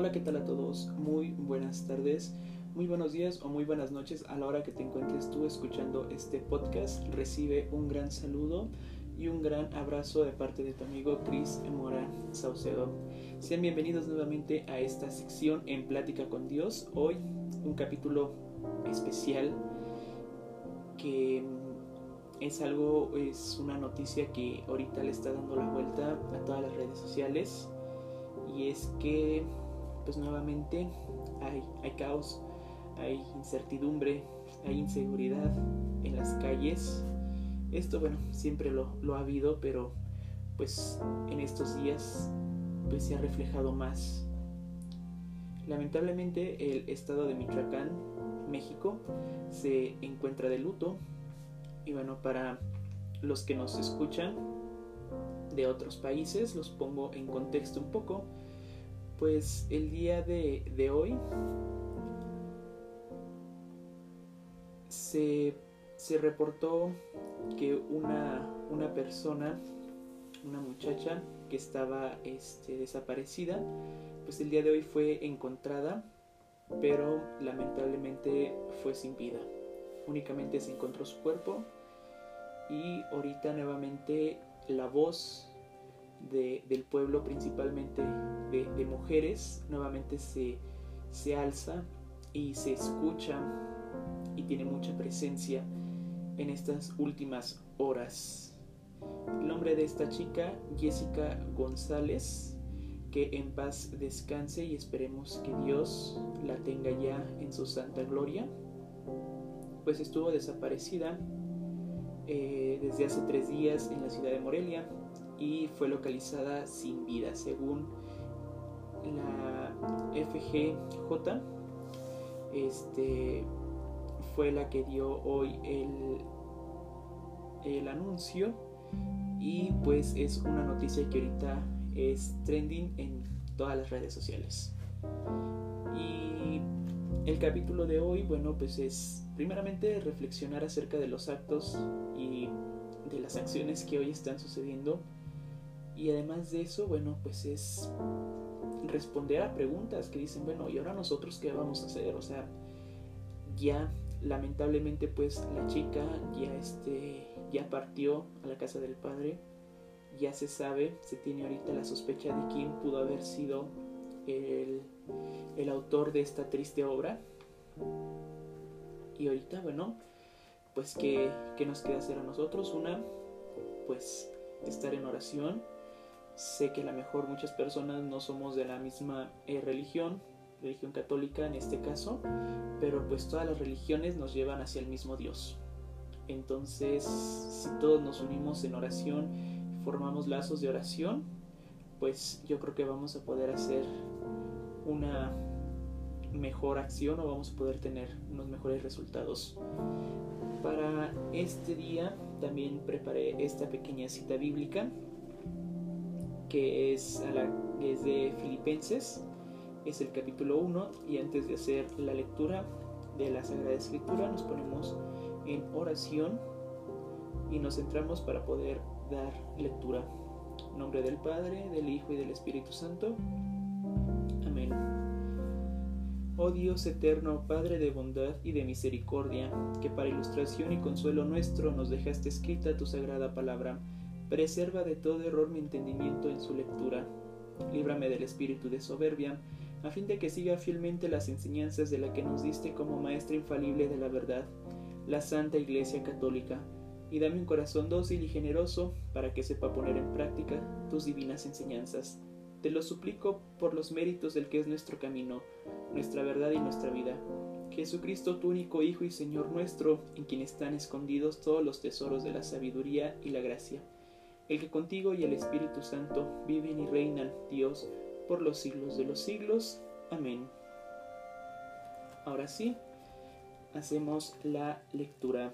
Hola, ¿qué tal a todos? Muy buenas tardes, muy buenos días o muy buenas noches a la hora que te encuentres tú escuchando este podcast. Recibe un gran saludo y un gran abrazo de parte de tu amigo Cris Mora Saucedo. Sean bienvenidos nuevamente a esta sección en Plática con Dios. Hoy un capítulo especial que es una noticia que ahorita le está dando la vuelta a todas las redes sociales, y es que pues nuevamente hay caos, hay incertidumbre, hay inseguridad en las calles. Esto siempre lo ha habido, pero pues en estos días pues se ha reflejado más. Lamentablemente el estado de Michoacán, México, se encuentra de luto. Y para los que nos escuchan de otros países, los pongo en contexto un poco. Pues el día de hoy se reportó que una persona, una muchacha que estaba desaparecida, pues el día de hoy fue encontrada, pero lamentablemente fue sin vida. Únicamente se encontró su cuerpo, y ahorita nuevamente la voz del pueblo, principalmente de mujeres, nuevamente se alza y se escucha y tiene mucha presencia en estas últimas horas. El nombre de esta chica, Jessica González, que en paz descanse y esperemos que Dios la tenga ya en su santa gloria. Pues estuvo desaparecida desde hace 3 días en la ciudad de Morelia y fue localizada sin vida, según la FGJ. Fue la que dio hoy el anuncio, y pues es una noticia que ahorita es trending en todas las redes sociales. Y el capítulo de hoy, pues es primeramente reflexionar acerca de los actos y de las acciones que hoy están sucediendo, y además de eso, pues es responder a preguntas que dicen, ¿y ahora nosotros qué vamos a hacer? O sea, ya lamentablemente pues la chica ya partió a la casa del padre, ya se sabe, se tiene ahorita la sospecha de quién pudo haber sido el autor de esta triste obra. Y ahorita, pues ¿qué nos queda hacer a nosotros? Pues estar en oración. Sé que a lo mejor muchas personas no somos de la misma religión católica en este caso, pero pues todas las religiones nos llevan hacia el mismo Dios. Entonces, si todos nos unimos en oración, formamos lazos de oración, pues yo creo que vamos a poder hacer una mejor acción, o vamos a poder tener unos mejores resultados. Para este día también preparé esta pequeña cita bíblica que es de Filipenses, es el capítulo 1, y antes de hacer la lectura de la Sagrada Escritura nos ponemos en oración y nos centramos para poder dar lectura. En nombre del Padre, del Hijo y del Espíritu Santo. Amén. Oh Dios eterno, Padre de bondad y de misericordia, que para ilustración y consuelo nuestro nos dejaste escrita tu sagrada palabra, preserva de todo error mi entendimiento en su lectura. Líbrame del espíritu de soberbia, a fin de que siga fielmente las enseñanzas de la que nos diste como maestra infalible de la verdad, la Santa Iglesia Católica, y dame un corazón dócil y generoso para que sepa poner en práctica tus divinas enseñanzas. Te lo suplico por los méritos del que es nuestro camino, nuestra verdad y nuestra vida. Jesucristo, tu único Hijo y Señor nuestro, en quien están escondidos todos los tesoros de la sabiduría y la gracia, el que contigo y el Espíritu Santo viven y reinan, Dios, por los siglos de los siglos. Amén. Ahora sí, hacemos la lectura.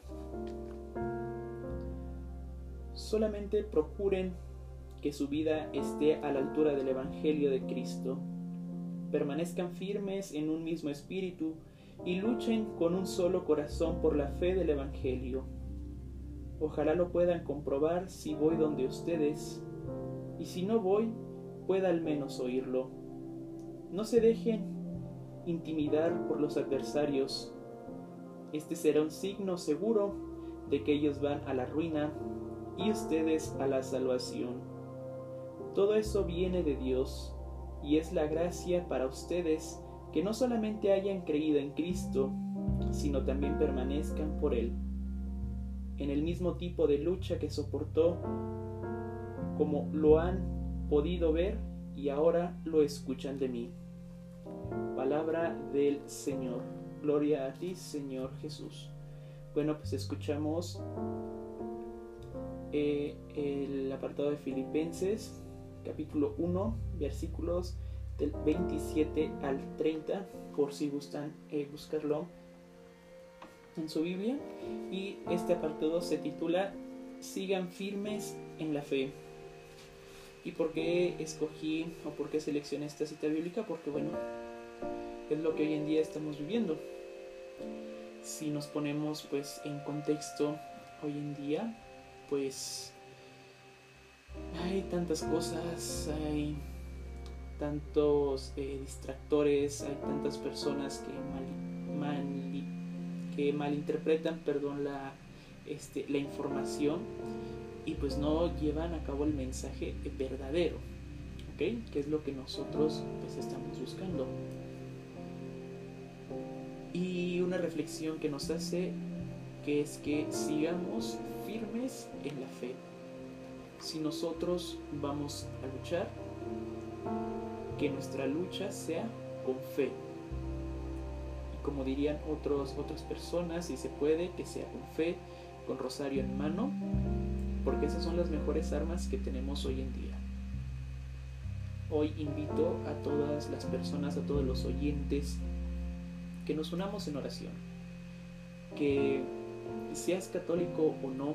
Solamente procuren que su vida esté a la altura del Evangelio de Cristo. Permanezcan firmes en un mismo espíritu y luchen con un solo corazón por la fe del Evangelio. Ojalá lo puedan comprobar si voy donde ustedes, y si no voy, pueda al menos oírlo. no se dejen intimidar por los adversarios. Este será un signo seguro de que ellos van a la ruina y ustedes a la salvación. Todo eso viene de Dios y es la gracia para ustedes que no solamente hayan creído en Cristo, sino también permanezcan por Él, en el mismo tipo de lucha que soportó, como lo han podido ver y ahora lo escuchan de mí. Palabra del Señor. Gloria a ti, Señor Jesús. Bueno, pues escuchamos el apartado de Filipenses, capítulo 1, versículos del 27 al 30, por si gustan buscarlo en su Biblia. Y este apartado se titula Sigan firmes en la fe. ¿Y por qué escogí o por qué seleccioné esta cita bíblica? Porque bueno, es lo que hoy en día estamos viviendo. Si nos ponemos pues en contexto, hoy en día pues hay tantas cosas, hay tantos distractores, hay tantas personas que malinterpretan la información y pues no llevan a cabo el mensaje verdadero, ¿ok? Que es lo que nosotros pues estamos buscando. Y una reflexión que nos hace, que es que sigamos firmes en la fe. Si nosotros vamos a luchar, que nuestra lucha sea con fe. Y como dirían otras personas, si se puede, que sea con fe, con rosario en mano, porque esas son las mejores armas que tenemos hoy en día. Hoy invito a todas las personas, a todos los oyentes, que nos unamos en oración, que seas católico o no,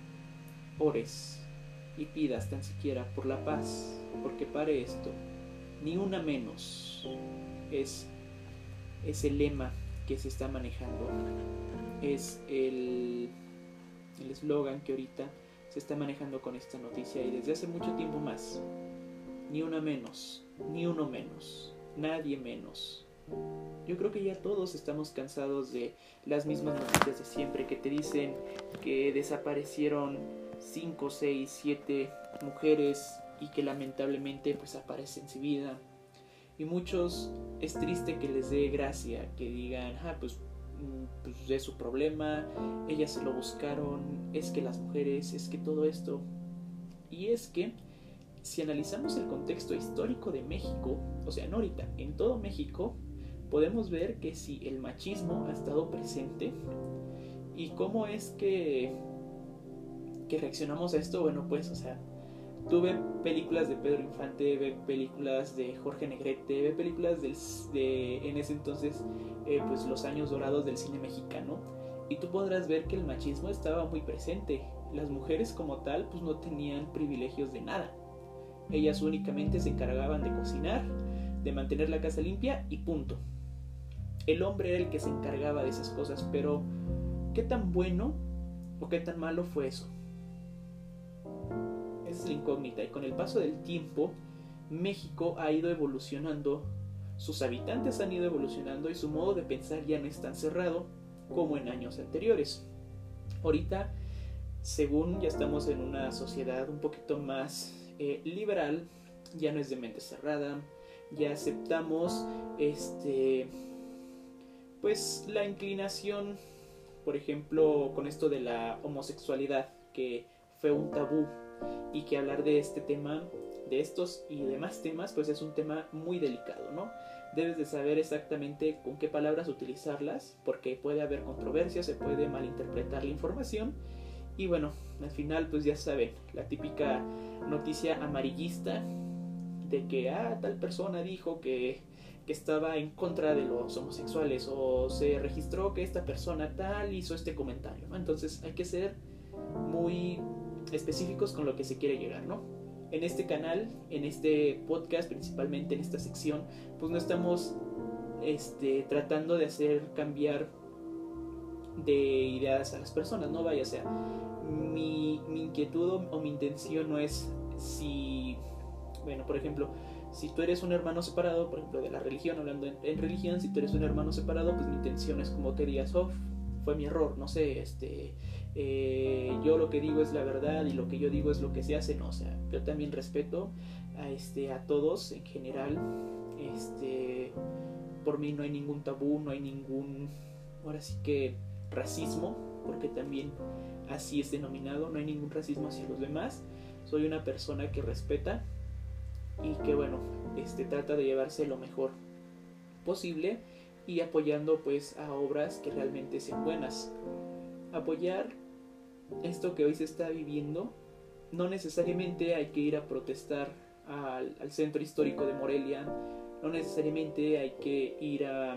ores y pidas tan siquiera por la paz, porque pare esto, ni una menos, es el lema que se está manejando, es el eslogan que ahorita se está manejando con esta noticia y desde hace mucho tiempo más. Ni una menos, ni uno menos, nadie menos. Yo creo que ya todos estamos cansados de las mismas noticias de siempre, que te dicen que desaparecieron 5, 6, 7 mujeres y que lamentablemente pues aparecen sin vida. Y muchos es triste que les dé gracia, que digan, pues es su problema, ellas se lo buscaron, es que las mujeres, es que todo esto. Y es que si analizamos el contexto histórico de México, o sea, no ahorita, en todo México, podemos ver que sí, el machismo ha estado presente. ¿Y cómo es que reaccionamos a esto? Bueno, pues, o sea, tú ves películas de Pedro Infante, ves películas de Jorge Negrete, ves películas de en ese entonces, pues los años dorados del cine mexicano, y tú podrás ver que el machismo estaba muy presente. Las mujeres como tal, pues no tenían privilegios de nada. Ellas únicamente se encargaban de cocinar, de mantener la casa limpia y punto. El hombre era el que se encargaba de esas cosas, pero ¿qué tan bueno o qué tan malo fue eso? Esa es la incógnita. Y con el paso del tiempo, México ha ido evolucionando, sus habitantes han ido evolucionando y su modo de pensar ya no es tan cerrado como en años anteriores. Ahorita, según ya estamos en una sociedad un poquito más liberal, ya no es de mente cerrada, ya aceptamos pues la inclinación, por ejemplo, con esto de la homosexualidad, que fue un tabú, y que hablar de este tema, de estos y demás temas, pues es un tema muy delicado, ¿no? Debes de saber exactamente con qué palabras utilizarlas, porque puede haber controversia, se puede malinterpretar la información. Y bueno, al final pues ya saben, la típica noticia amarillista de que tal persona dijo que estaba en contra de los homosexuales, o se registró que esta persona tal hizo este comentario, ¿no? Entonces hay que ser muy específicos con lo que se quiere llegar, ¿no? En este canal, en este podcast, principalmente en esta sección, pues no estamos tratando de hacer cambiar de ideas a las personas, no vaya, o sea, mi inquietud o mi intención no es si, bueno, por ejemplo, Si tú eres un hermano separado, por ejemplo, de la religión, hablando en religión, si tú eres un hermano separado, pues mi intención es como que digas, oh, fue mi error, no sé, yo lo que digo es la verdad y lo que yo digo es lo que se hace, no, o sea, yo también respeto a todos en general, por mí no hay ningún tabú, no hay ningún, ahora sí que racismo, porque también así es denominado, no hay ningún racismo hacia los demás, soy una persona que respeta y que bueno, trata de llevarse lo mejor posible y apoyando pues a obras que realmente sean buenas. Apoyar esto que hoy se está viviendo, no necesariamente hay que ir a protestar al centro histórico de Morelia, no necesariamente hay que ir a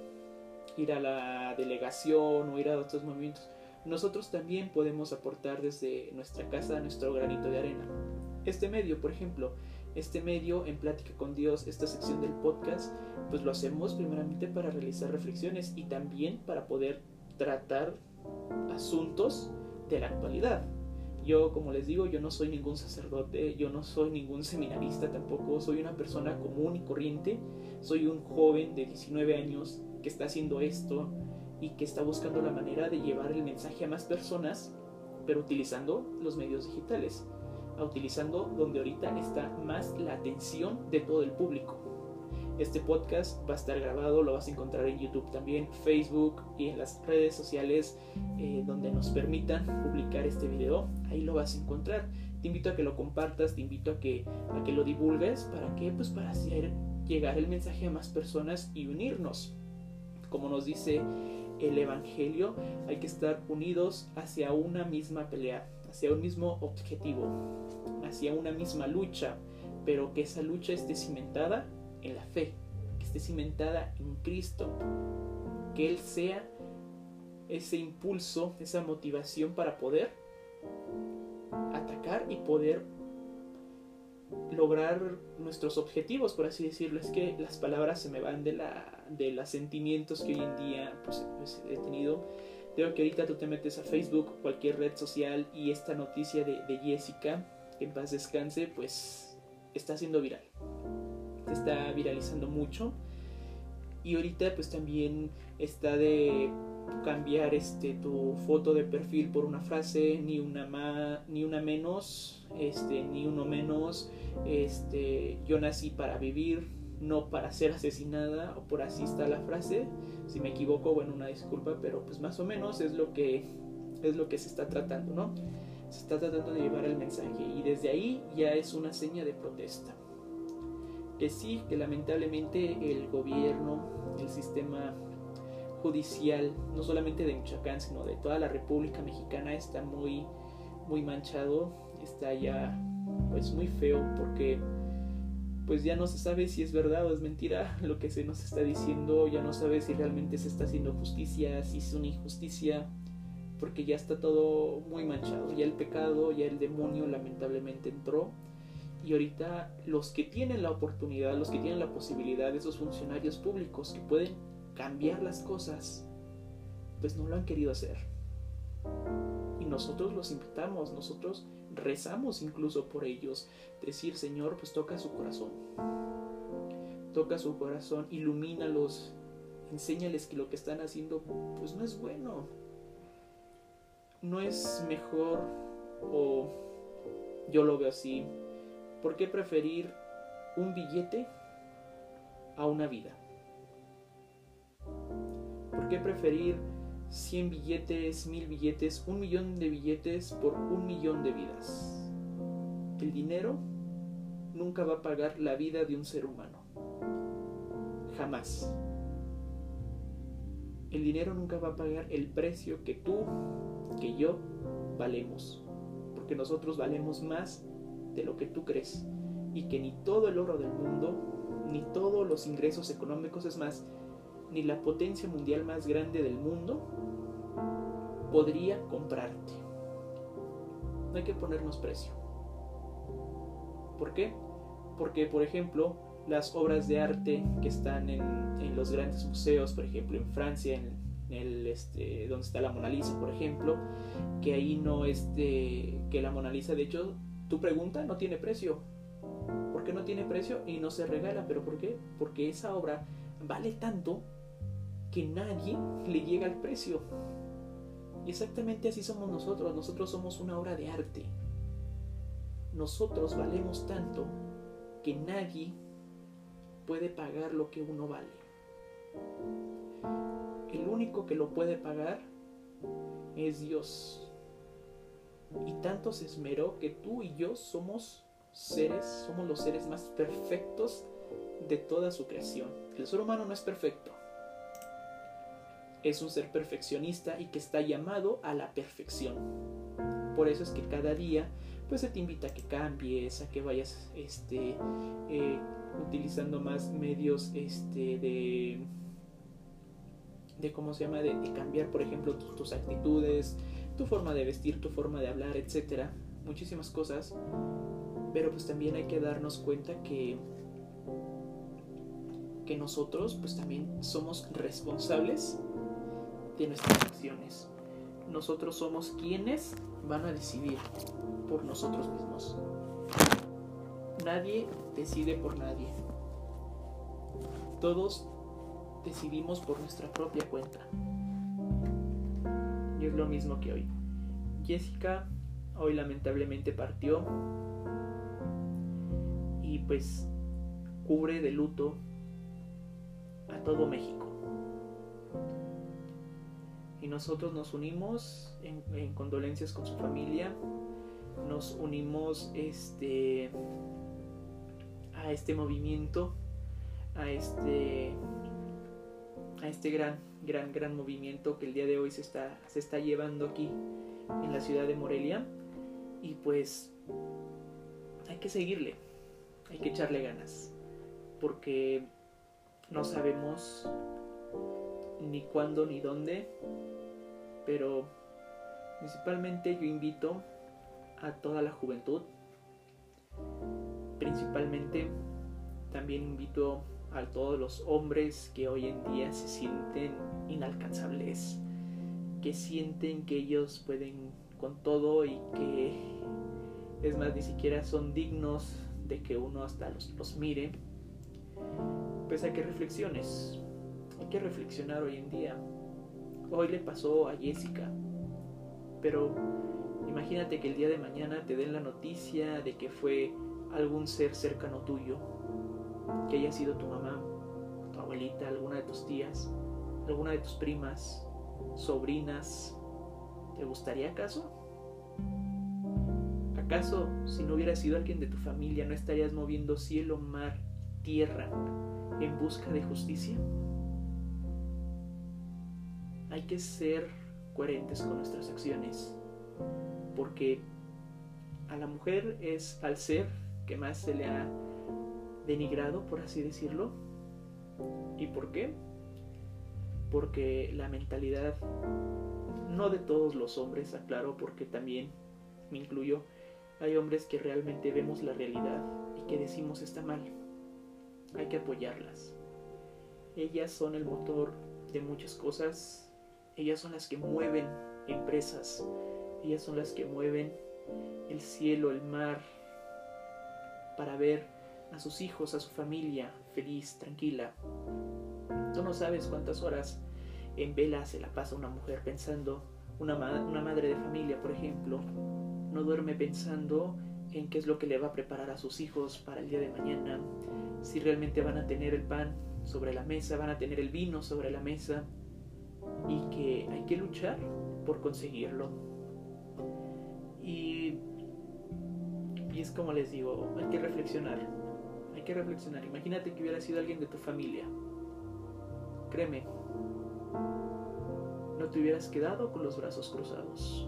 la delegación o ir a otros movimientos. Nosotros también podemos aportar desde nuestra casa nuestro granito de arena. Este medio, por ejemplo, en Plática con Dios, esta sección del podcast, pues lo hacemos primeramente para realizar reflexiones y también para poder tratar asuntos de la actualidad. Yo, como les digo, yo no soy ningún sacerdote, yo no soy ningún seminarista tampoco, soy una persona común y corriente, soy un joven de 19 años que está haciendo esto y que está buscando la manera de llevar el mensaje a más personas, pero utilizando los medios digitales, utilizando donde ahorita está más la atención de todo el público. Este podcast va a estar grabado, lo vas a encontrar en YouTube también, Facebook y en las redes sociales donde nos permitan publicar este video, ahí lo vas a encontrar. Te invito a que lo compartas, te invito a que lo divulgues, ¿para qué? Pues para hacer llegar el mensaje a más personas y unirnos. Como nos dice el Evangelio, hay que estar unidos hacia una misma pelea, hacia un mismo objetivo, hacia una misma lucha, pero que esa lucha esté cimentada en la fe, que esté cimentada en Cristo, que Él sea ese impulso, esa motivación para poder atacar y poder lograr nuestros objetivos, por así decirlo. Es que las palabras se me van de los sentimientos que hoy en día pues he tenido. Creo que ahorita tú te metes a Facebook, cualquier red social, y esta noticia de Jessica, que en paz descanse, pues está siendo viral. Se está viralizando mucho. Y ahorita pues también está de cambiar tu foto de perfil por una frase, ni una menos, ni uno menos, yo nací para vivir, no para ser asesinada, o por así está la frase. Si me equivoco, bueno, una disculpa, pero pues más o menos es lo que se está tratando, ¿no? Se está tratando de llevar el mensaje y desde ahí ya es una seña de protesta. Que sí, que lamentablemente el gobierno, el sistema judicial, no solamente de Michoacán, sino de toda la República Mexicana, está muy, muy manchado, está ya pues muy feo, porque pues ya no se sabe si es verdad o es mentira lo que se nos está diciendo, ya no sabe si realmente se está haciendo justicia, si es una injusticia, porque ya está todo muy manchado, ya el pecado, ya el demonio lamentablemente entró. Y ahorita los que tienen la oportunidad, los que tienen la posibilidad, esos funcionarios públicos que pueden cambiar las cosas, pues no lo han querido hacer. Y nosotros los invitamos, nosotros rezamos incluso por ellos. Decir, Señor, pues toca su corazón, ilumínalos, enséñales que lo que están haciendo pues no es bueno, no es mejor, o yo lo veo así. ¿Por qué preferir un billete a una vida? ¿Por qué preferir 100 billetes, 1000 billetes, 1 millón de billetes por 1 millón de vidas? El dinero nunca va a pagar la vida de un ser humano. Jamás. El dinero nunca va a pagar el precio que tú, que yo valemos. Porque nosotros valemos más de lo que tú crees, y que ni todo el oro del mundo, ni todos los ingresos económicos, es más, ni la potencia mundial más grande del mundo podría comprarte. No hay que ponernos precio. ¿Por qué? Porque, por ejemplo, las obras de arte que están en los grandes museos, por ejemplo en Francia, donde está la Mona Lisa, por ejemplo, que ahí no que la Mona Lisa, de hecho, tu pregunta no tiene precio, ¿Por qué no tiene precio y no se regala? ¿Pero por qué? Porque esa obra vale tanto que nadie le llega al precio. Y exactamente así somos nosotros. Nosotros somos una obra de arte. Nosotros valemos tanto que nadie puede pagar lo que uno vale. El único que lo puede pagar es Dios. Y tanto se esmeró que tú y yo somos los seres más perfectos de toda su creación. El ser humano no es perfecto. Es un ser perfeccionista y que está llamado a la perfección. Por eso es que cada día pues se te invita a que cambies, a que vayas utilizando más medios de ¿cómo se llama? De cambiar, por ejemplo, tus actitudes, tu forma de vestir, tu forma de hablar, etcétera. Muchísimas cosas. Pero pues también hay que darnos cuenta que nosotros pues también somos responsables de nuestras acciones. Nosotros somos quienes van a decidir por nosotros mismos. Nadie decide por nadie. Todos decidimos por nuestra propia cuenta. Y es lo mismo que hoy. Jessica hoy lamentablemente partió y pues cubre de luto a todo México. Y nosotros nos unimos en condolencias con su familia. Nos unimos a este movimiento, a este gran movimiento que el día de hoy se está llevando aquí en la ciudad de Morelia. Y pues hay que seguirle, hay que echarle ganas, porque no sabemos ni cuándo ni dónde, pero principalmente yo invito a toda la juventud, principalmente también invito a todos los hombres que hoy en día se sienten inalcanzables, que sienten que ellos pueden con todo y que es más, ni siquiera son dignos de que uno hasta los mire. Pues hay que reflexionar hoy en día. Hoy le pasó a Jessica, pero imagínate que el día de mañana te den la noticia de que fue algún ser cercano tuyo, que haya sido tu mamá, tu abuelita, alguna de tus tías, alguna de tus primas, sobrinas. ¿Te gustaría acaso? ¿Acaso si no hubiera sido alguien de tu familia no estarías moviendo cielo, mar, tierra en busca de justicia? Hay que ser coherentes con nuestras acciones, porque a la mujer es al ser que más se le ha denigrado, por así decirlo. ¿Y por qué? Porque la mentalidad, no de todos los hombres, aclaro, porque también me incluyo, hay hombres que realmente vemos la realidad y que decimos está mal. Hay que apoyarlas. Ellas son el motor de muchas cosas. Ellas son las que mueven empresas. Ellas son las que mueven el cielo, el mar, para ver a sus hijos, a su familia feliz, tranquila. Tú no sabes cuántas horas en vela se la pasa una mujer pensando, una madre de familia, por ejemplo, no duerme pensando en qué es lo que le va a preparar a sus hijos para el día de mañana, si realmente van a tener el pan sobre la mesa, van a tener el vino sobre la mesa, y que hay que luchar por conseguirlo. Y es como les digo, hay que reflexionar. Imagínate que hubiera sido alguien de tu familia. Créeme, no te hubieras quedado con los brazos cruzados.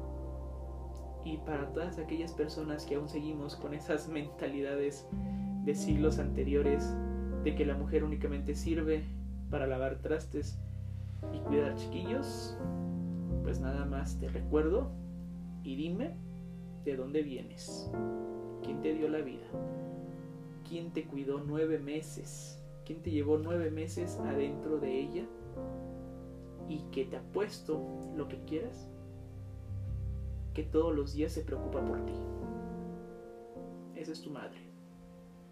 Y para todas aquellas personas que aún seguimos con esas mentalidades de siglos anteriores, de que la mujer únicamente sirve para lavar trastes y cuidar chiquillos, pues nada más te recuerdo y dime de dónde vienes, quién te dio la vida, quién te cuidó 9 meses, quién te llevó 9 meses adentro de ella, y que te apuesto lo que quieras, que todos los días se preocupa por ti. Esa es tu madre.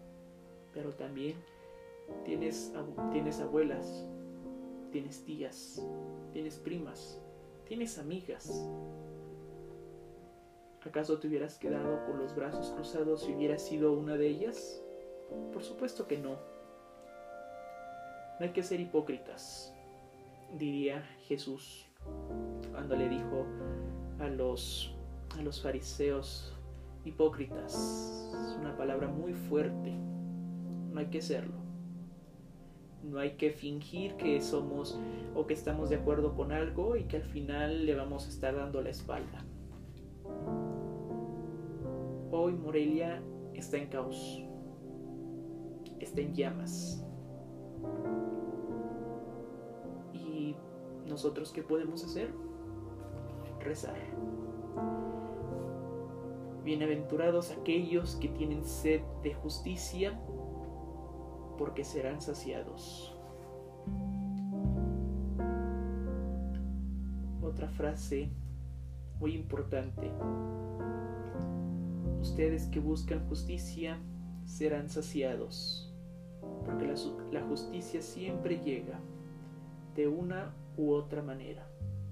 pero también tienes abuelas, tienes tías, tienes primas, tienes amigas. ¿Acaso te hubieras quedado con los brazos cruzados si hubieras sido una de ellas? Por supuesto que no. No hay que ser hipócritas, diría Jesús cuando le dijo a los fariseos hipócritas. Es una palabra muy fuerte. No hay que serlo. No hay que fingir que somos o que estamos de acuerdo con algo y que al final le vamos a estar dando la espalda. Hoy Morelia está en caos, está en llamas. ¿Y nosotros qué podemos hacer? Rezar. Bienaventurados aquellos que tienen sed de justicia, porque serán saciados. Otra frase muy importante. Ustedes que buscan justicia serán saciados, porque la justicia siempre llega de una u otra manera.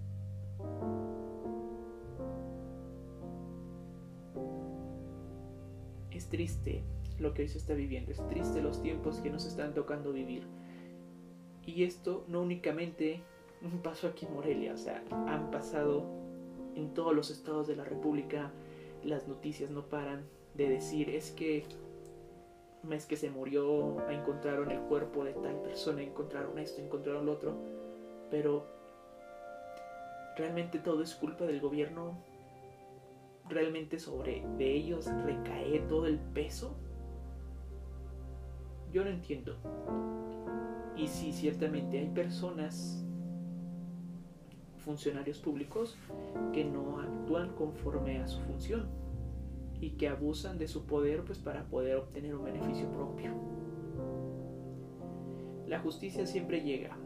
Es triste lo que hoy se está viviendo, es triste los tiempos que nos están tocando vivir. Y esto no únicamente pasó aquí en Morelia, o sea, han pasado en todos los estados de la República. Las noticias no paran de decir, es que se murió, encontraron el cuerpo de tal persona, encontraron esto, encontraron lo otro, pero ¿realmente todo es culpa del gobierno? ¿Realmente sobre de ellos recae todo el peso? Yo no entiendo. Y sí, ciertamente hay personas, funcionarios públicos, que no actúan conforme a su función y que abusan de su poder pues para poder obtener un beneficio propio. La justicia siempre llega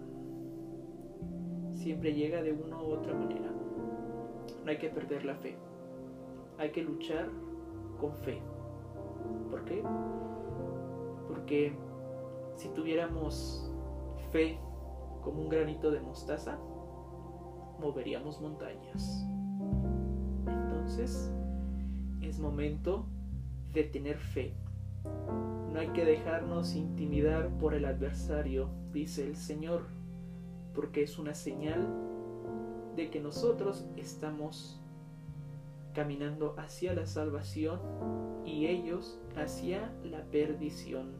de una u otra manera. No hay que perder la fe, hay que luchar con fe. ¿Por qué? Porque si tuviéramos fe como un granito de mostaza, moveríamos montañas. Entonces es momento de tener fe. No hay que dejarnos intimidar por el adversario, dice el Señor, porque es una señal de que nosotros estamos caminando hacia la salvación y ellos hacia la perdición.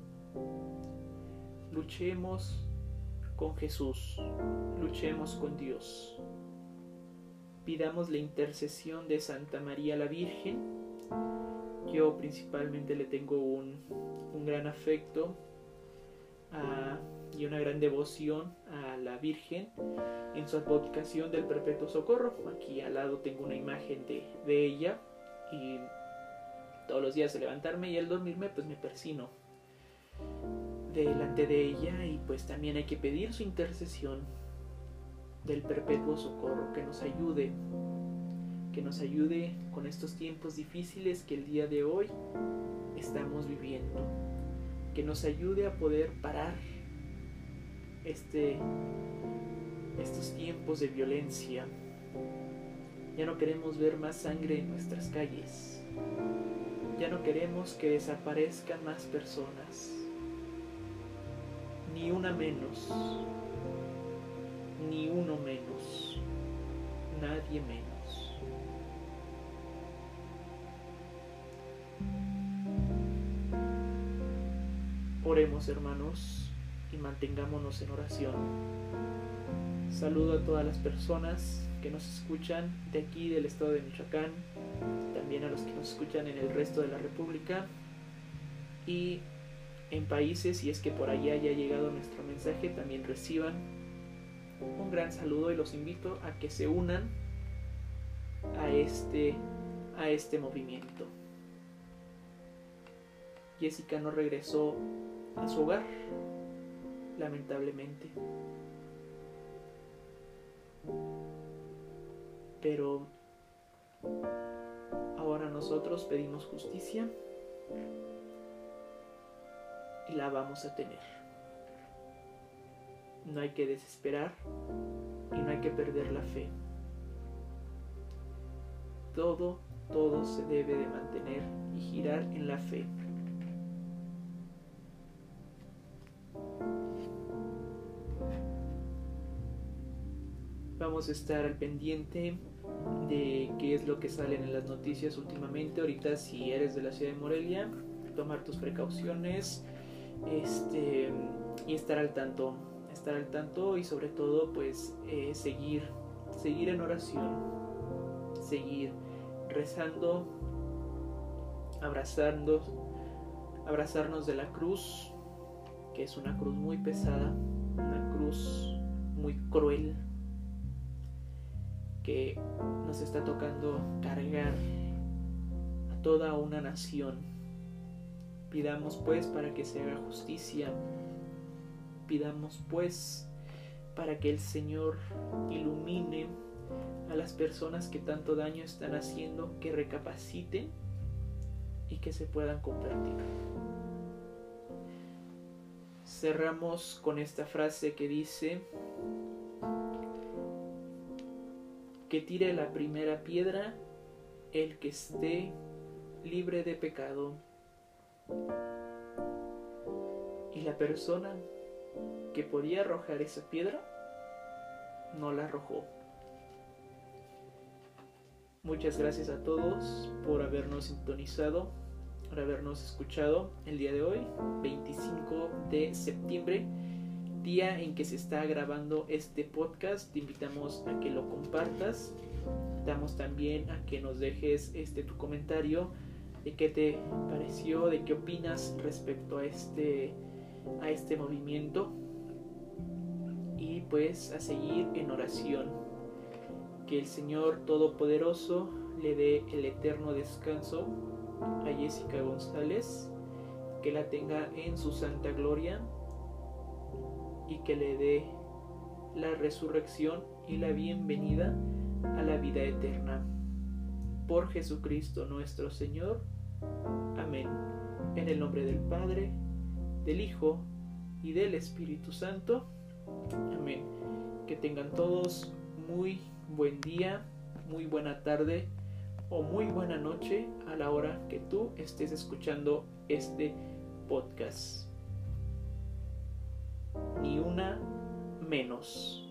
Luchemos con Jesús, luchemos con Dios. Pidamos la intercesión de Santa María la Virgen. Yo principalmente le tengo un gran afecto y una gran devoción a la Virgen en su advocación del Perpetuo Socorro. Aquí al lado tengo una imagen de ella y todos los días al levantarme y al dormirme pues me persino delante de ella y pues también hay que pedir su intercesión del Perpetuo Socorro, que nos ayude con estos tiempos difíciles que el día de hoy estamos viviendo, que nos ayude a poder parar estos tiempos de violencia. Ya no queremos ver más sangre en nuestras calles, ya no queremos que desaparezcan más personas, ni una menos, ni uno menos, nadie menos. Oremos, hermanos, y mantengámonos en oración. Saludo a todas las personas que nos escuchan de aquí del estado de Michoacán, también a los que nos escuchan en el resto de la República y en países, si es que por allá haya llegado nuestro mensaje, también reciban un gran saludo y los invito a que se unan a este movimiento. Jessica no regresó a su hogar, lamentablemente, pero ahora nosotros pedimos justicia y la vamos a tener. No hay que desesperar y no hay que perder la fe. Todo se debe de mantener y girar en la fe. Vamos a estar al pendiente de qué es lo que salen en las noticias últimamente. Ahorita, si eres de la ciudad de Morelia, tomar tus precauciones, y estar al tanto y sobre todo pues seguir en oración, seguir rezando, abrazarnos de la cruz, que es una cruz muy pesada, una cruz muy cruel, que nos está tocando cargar a toda una nación. Pidamos pues para que se haga justicia, pidamos pues para que el Señor ilumine a las personas que tanto daño están haciendo, que recapaciten y que se puedan convertir. Cerramos con esta frase que dice: que tire la primera piedra el que esté libre de pecado. Y la persona que podía arrojar esa piedra no la arrojó. Muchas gracias a todos por habernos sintonizado, por habernos escuchado el día de hoy, 25 de septiembre, día en que se está grabando este podcast. Te invitamos a que lo compartas. Invitamos también a que nos dejes tu comentario de qué te pareció, de qué opinas respecto a este movimiento, y pues a seguir en oración. Que el Señor Todopoderoso le dé el eterno descanso a Jessica González, que la tenga en su santa gloria y que le dé la resurrección y la bienvenida a la vida eterna. Por Jesucristo nuestro Señor. Amén. En el nombre del Padre, del Hijo y del Espíritu Santo. Amén. Que tengan todos muy buen día, muy buena tarde o muy buena noche a la hora que tú estés escuchando este podcast. Ni una menos.